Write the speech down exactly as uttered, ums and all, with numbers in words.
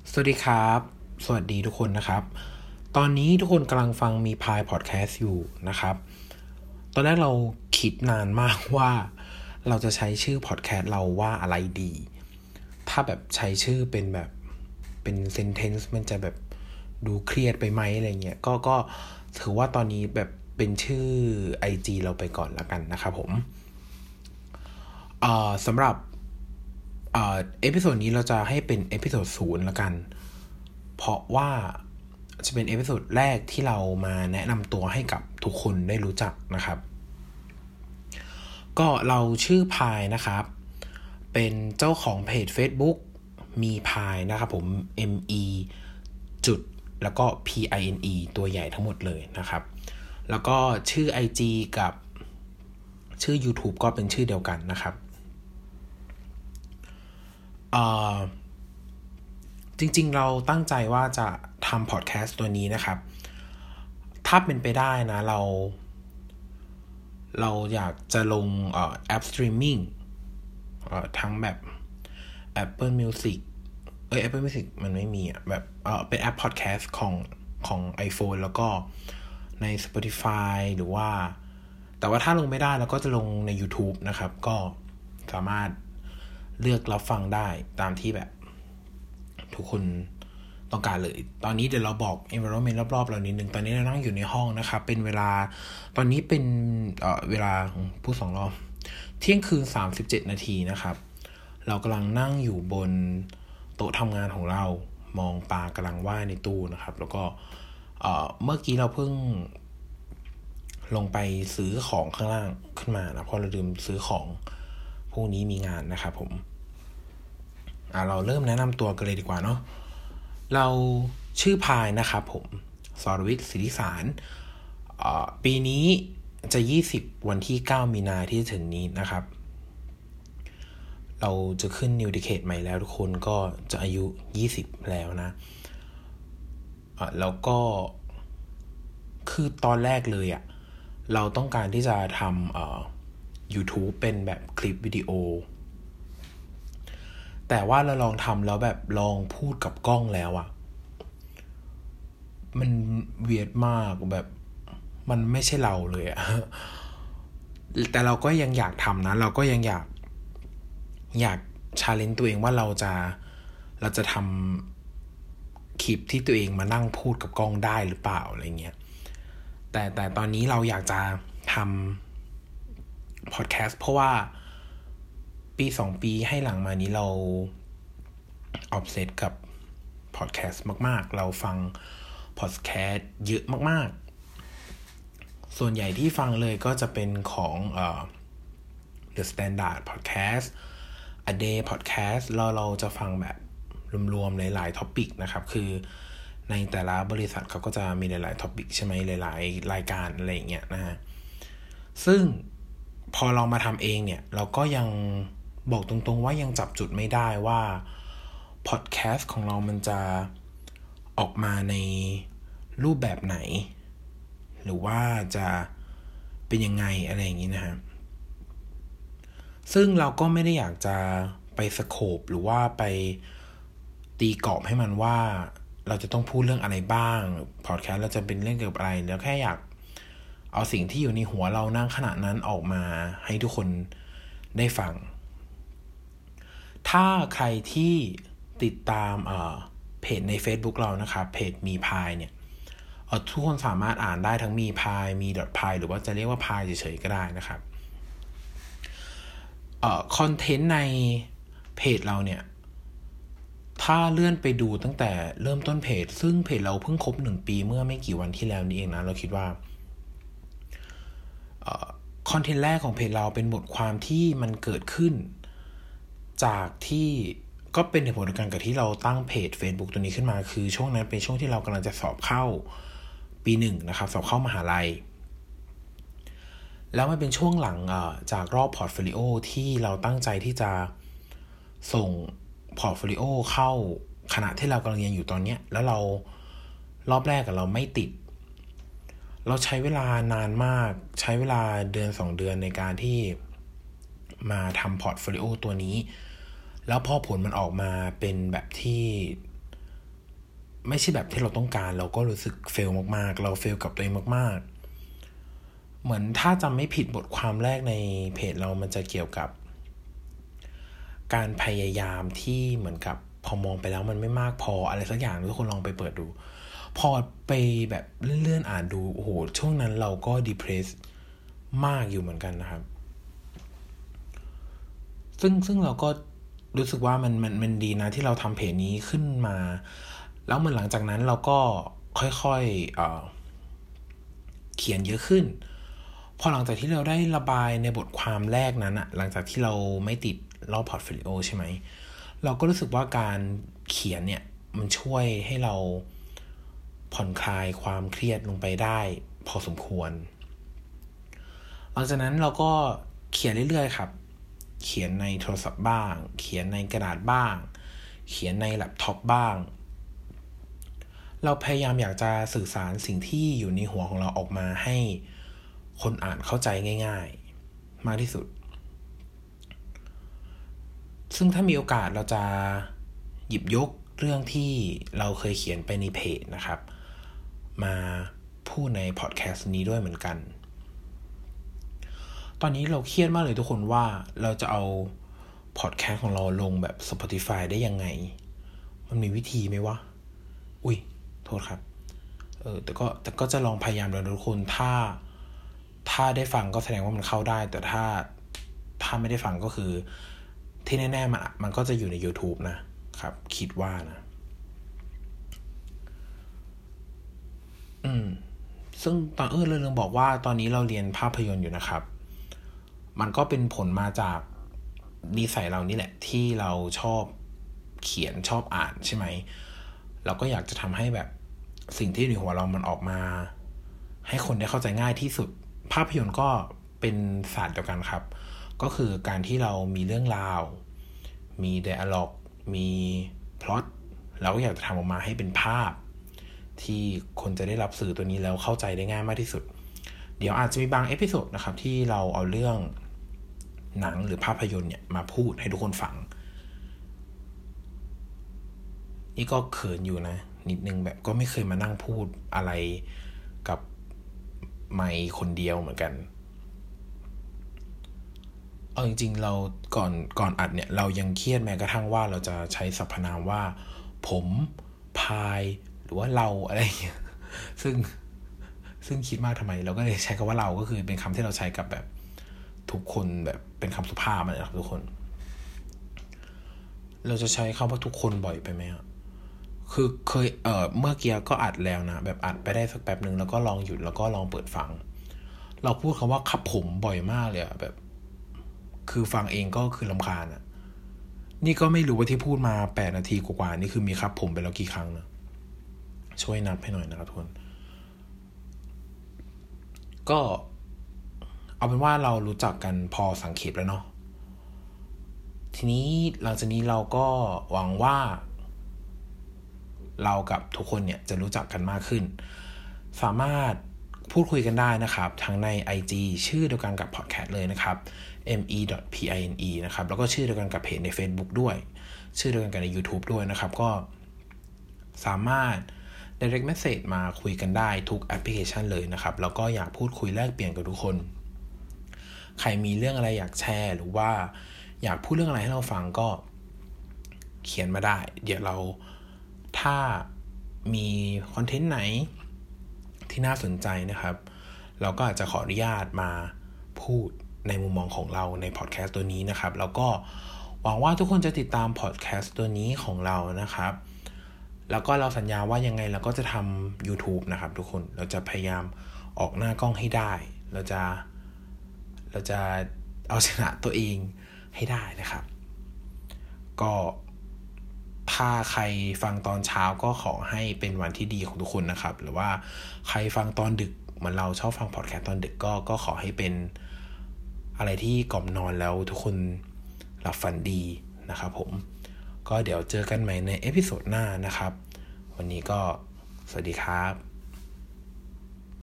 สวัสดีครับสวัสดีทุกคนนะครับตอนนี้ทุกคนกำลังฟังมีพายพอดแคสต์อยู่นะครับตอนแรกเราคิดนานมากว่าเราจะใช้ชื่อพอดแคสต์เราว่าอะไรดีถ้าแบบใช้ชื่อเป็นแบบเป็นเซนเทนส์มันจะแบบดูเครียดไปไหมอะไรเงี้ยก็ก็ถือว่าตอนนี้แบบเป็นชื่อ ไอ จี เราไปก่อนแล้วกันนะครับผมเอ่อสำหรับเอ่อเอพิโซดนี้เราจะให้เป็นเอพิโซดศูนย์แล้วกันเพราะว่าจะเป็นเอพิโซดแรกที่เรามาแนะนำตัวให้กับทุกคนได้รู้จักนะครับก็เราชื่อพายนะครับเป็นเจ้าของเพจ Facebook มีพายนะครับผม M E จุดแล้วก็ P I N E ตัวใหญ่ทั้งหมดเลยนะครับแล้วก็ชื่อ ไอ จี กับชื่อ YouTube ก็เป็นชื่อเดียวกันนะครับเอ่อจริงๆเราตั้งใจว่าจะทำพอดแคสต์ตัวนี้นะครับถ้าเป็นไปได้นะเราเราอยากจะลงเอ่อแอปสตรีมมิ่งเอ่อทั้งแบบ Apple Music เอ้ย Apple Music มันไม่มีอ่ะแบบเอ่อเป็นแอปพอดแคสต์ของของ iPhone แล้วก็ใน Spotify หรือว่าแต่ว่าถ้าลงไม่ได้เราก็จะลงใน YouTube นะครับก็สามารถเลือกรับฟังได้ตามที่แบบทุกคนต้องการเลยตอนนี้เดี๋ยวเราบอก environment รอบๆเรานิดนึงตอนนี้เรานั่งอยู่ในห้องนะครับเป็นเวลาตอนนี้เป็นเอ่อเวลาพูดสองรอบเที่ยงคืนสามสิบเจ็ดนาทีนะครับเรากำลังนั่งอยู่บนโต๊ะทำงานของเรามองปลากำลังว่ายในตู้นะครับแล้วก็เอ่อเมื่อกี้เราเพิ่งลงไปซื้อของข้างล่างขึ้นมานะเพราะเราลืมซื้อของพรุ่งนี้มีงานนะครับผมอ่ะเราเริ่มแนะนำตัวกันเลยดีกว่าเนาะเราชื่อพายนะครับผมสรวิทย์ศิริสารปีนี้จะยี่สิบวันที่เก้ามีนาที่จะถึงนี้นะครับเราจะขึ้นนิวดิเคทใหม่แล้วทุกคนก็จะอายุยี่สิบแล้วนะแล้วก็คือตอนแรกเลยอ่ะเราต้องการที่จะทำเอ่อ YouTube เป็นแบบคลิปวิดีโอแต่ว่าเราลองทำแล้วแบบลองพูดกับกล้องแล้วอ่ะมันเวียดมากแบบมันไม่ใช่เราเลยอะแต่เราก็ยังอยากทำนะเราก็ยังอยากอยากชาเลนจ์ตัวเองว่าเราจะเราจะทำคลิปที่ตัวเองมานั่งพูดกับกล้องได้หรือเปล่าอะไรเงี้ยแต่แต่ตอนนี้เราอยากจะทำพอดแคสต์เพราะว่าปีสองปีให้หลังมานี้เราออบเซสกับพอดแคสต์มากๆเราฟังพอดแคสต์เยอะมากๆส่วนใหญ่ที่ฟังเลยก็จะเป็นของเอ่อ The Standard Podcast A Day Podcast เราเราจะฟังแบบรวมๆหลายๆท็อปิกนะครับคือในแต่ละบริษัทเขาก็จะมีหลายๆท็อปิกใช่ไหมหลายๆรายการอะไรอย่างเงี้ยนะฮะซึ่งพอเรามาทำเองเนี่ยเราก็ยังบอกตรงๆว่ายังจับจุดไม่ได้ว่าพอดแคสต์ของเรามันจะออกมาในรูปแบบไหนหรือว่าจะเป็นยังไงอะไรอย่างนี้นะฮะซึ่งเราก็ไม่ได้อยากจะไปสโคปหรือว่าไปตีกรอบให้มันว่าเราจะต้องพูดเรื่องอะไรบ้างพอดแคสต์เราจะเป็นเรื่องเกี่ยวกับอะไรแล้วแค่อยากเอาสิ่งที่อยู่ในหัวเรานั่งขณะนั้นออกมาให้ทุกคนได้ฟังถ้าใครที่ติดตามเอ่อเพจใน Facebook เรานะครับเพจมีพายเนี่ยเอ่อทุกคนสามารถอ่านได้ทั้งมีพายมี .pie หรือว่าจะเรียกว่าพายเฉยๆก็ได้นะครับเอ่อคอนเทนต์ในเพจเราเนี่ยถ้าเลื่อนไปดูตั้งแต่เริ่มต้นเพจซึ่งเพจเราเพิ่งครบหนึ่งปีเมื่อไม่กี่วันที่แล้วนี้เองนะเราคิดว่าเอ่อคอนเทนต์แรกของเพจเราเป็นบทความที่มันเกิดขึ้นจากที่ก็เป็นเหตุผลเดียวกันกับที่เราตั้งเพจ Facebook ตัวนี้ขึ้นมาคือช่วงนั้นเป็นช่วงที่เรากำลังจะสอบเข้าปีหนึ่งนะครับสอบเข้ามหาลัยแล้วมันเป็นช่วงหลังจากรอบพอร์ตโฟลิโอที่เราตั้งใจที่จะส่งพอร์ตโฟลิโอเข้าคณะที่เรากำลังเรียนอยู่ตอนนี้แล้วเรารอบแรกกับเราไม่ติดเราใช้เวลานานมากใช้เวลาเดือนสองเดือนในการที่มาทำพอร์ตโฟลิโอตัวนี้แล้วพอผลมันออกมาเป็นแบบที่ไม่ใช่แบบที่เราต้องการเราก็รู้สึกเฟลมากๆเราเฟลกับตัวเองมากๆเหมือนถ้าจำไม่ผิดบทความแรกในเพจเรามันจะเกี่ยวกับการพยายามที่เหมือนกับพอมองไปแล้วมันไม่มากพออะไรสักอย่างทุกคนลองไปเปิดดูพอไปแบบเลื่อนๆอ่านดูโอ้โหช่วงนั้นเราก็ดิเพรสมากอยู่เหมือนกันนะครับซึ่งซึ่งเราก็รู้สึกว่ามันมันมันดีนะที่เราทำเพจนี้ขึ้นมาแล้วเหมือนหลังจากนั้นเราก็ค่อยๆเอ่อเขียนเยอะขึ้นพอหลังจากที่เราได้ระบายในบทความแรกนั้นอะหลังจากที่เราไม่ติดรอบพอร์ตโฟลิโอใช่ไหมเราก็รู้สึกว่าการเขียนเนี่ยมันช่วยให้เราผ่อนคลายความเครียดลงไปได้พอสมควรหลังจากนั้นเราก็เขียนเรื่อยๆครับเขียนในโทรศัพท์บ้างเขียนในกระดาษบ้างเขียนในแล็ปท็อปบ้างเราพยายามอยากจะสื่อสารสิ่งที่อยู่ในหัวของเราออกมาให้คนอ่านเข้าใจง่ายๆมากที่สุดซึ่งถ้ามีโอกาสเราจะหยิบยกเรื่องที่เราเคยเขียนไปในเพจนะครับมาพูดในพอดแคสต์นี้ด้วยเหมือนกันตอนนี้เราเครียดมากเลยทุกคนว่าเราจะเอาพอดแคสต์ของเราลงแบบ Spotify ได้ยังไงมันมีวิธีไหมวะอุ้ยโทษครับเออแต่ก็แต่ก็จะลองพยายามแล้วทุกคนถ้าถ้าได้ฟังก็แสดงว่ามันเข้าได้แต่ถ้าถ้าไม่ได้ฟังก็คือที่แน่ๆมันมันก็จะอยู่ใน YouTube นะครับคิดว่านะอืมซึ่งตอนเออเรื่องบอกว่าตอนนี้เราเรียนภาพยนตร์อยู่นะครับมันก็เป็นผลมาจากนิสัยเรานี่แหละที่เราชอบเขียนชอบอ่านใช่ไหมเราก็อยากจะทำให้แบบสิ่งที่ในหัวเรามันออกมาให้คนได้เข้าใจง่ายที่สุดภาพยนตร์ก็เป็นศาสตร์เดียวกันครับก็คือการที่เรามีเรื่องราวมีไดอะล็อกมีพล็อตเราก็อยากจะทำออกมาให้เป็นภาพที่คนจะได้รับสื่อตัวนี้แล้วเข้าใจได้ง่ายมากที่สุดเดี๋ยวอาจจะมีบางเอพิโซดนะครับที่เราเอาเรื่องหนังหรือภาพยนตร์เนี่ยมาพูดให้ทุกคนฟังนี่ก็เขินอยู่นะนิดนึงแบบก็ไม่เคยมานั่งพูดอะไรกับไมค์คนเดียวเหมือนกันเอาจริงๆเราก่อนก่อนอัดเนี่ยเรายังเครียดแม้กระทั่งว่าเราจะใช้สรรพนามว่าผมพายหรือว่าเราอะไรอย่างเงี้ยซึ่งซึ่งคิดมากทำไมเราก็เลยใช้คำว่าเราก็คือเป็นคำที่เราใช้กับแบบทุกคนแบบเป็นคำสุภาพนะครับทุกคนเราจะใช้คำว่าทุกคนบ่อยไปไหมอ่ะคือเคยเอ่อเมื่อกี้ก็อัดแล้วนะแบบอัดไปได้สักแป๊บนึงแล้วก็ลองหยุดแล้วก็ลองเปิดฟังเราพูดคำว่าครับผมบ่อยมากเลยอ่ะแบบคือฟังเองก็คือรำคาญอ่ะนี่ก็ไม่รู้ว่าที่พูดมาแปดนาทีกว่าๆนี่คือมีครับผมไปแล้วกี่ครั้งนะช่วยนับให้หน่อยนะครับทุกคนก็เอาเป็นว่าเรารู้จักกันพอสังเขปแล้วเนาะทีนี้หลังจากนี้เราก็หวังว่าเรากับทุกคนเนี่ยจะรู้จักกันมากขึ้นสามารถพูดคุยกันได้นะครับทั้งใน ไอ จี ชื่อเดียวกันกับพอดแคสต์เลยนะครับ เอ็ม อี ดอท พี ไอ เอ็น อี นะครับแล้วก็ชื่อเดียวกันกับเพจใน Facebook ด้วยชื่อเดียวกันกับใน YouTube ด้วยนะครับก็สามารถ direct message มาคุยกันได้ทุกแอปพลิเคชันเลยนะครับแล้วก็อยากพูดคุยแลกเปลี่ยนกับทุกคนใครมีเรื่องอะไรอยากแชร์หรือว่าอยากพูดเรื่องอะไรให้เราฟังก็เขียนมาได้เดี๋ยวเราถ้ามีคอนเทนต์ไหนที่น่าสนใจนะครับเราก็อาจจะขออนุญาตมาพูดในมุมมองของเราในพอดแคสต์ตัวนี้นะครับแล้วก็หวังว่าทุกคนจะติดตามพอดแคสต์ตัวนี้ของเรานะครับแล้วก็เราสัญญาว่ายังไงเราก็จะทำ YouTube นะครับทุกคนเราจะพยายามออกหน้ากล้องให้ได้เราจะเราจะเอาชนะตัวเองให้ได้นะครับก็ถ้าใครฟังตอนเช้าก็ขอให้เป็นวันที่ดีของทุกคนนะครับหรือว่าใครฟังตอนดึกเหมือนเราชอบฟังพอดแคสต์ตอนดึกก็ก็ขอให้เป็นอะไรที่กล่อมนอนแล้วทุกคนหลับฝันดีนะครับผมก็เดี๋ยวเจอกันใหม่ในเอพิโซดหน้านะครับวันนี้ก็สวัสดีครับ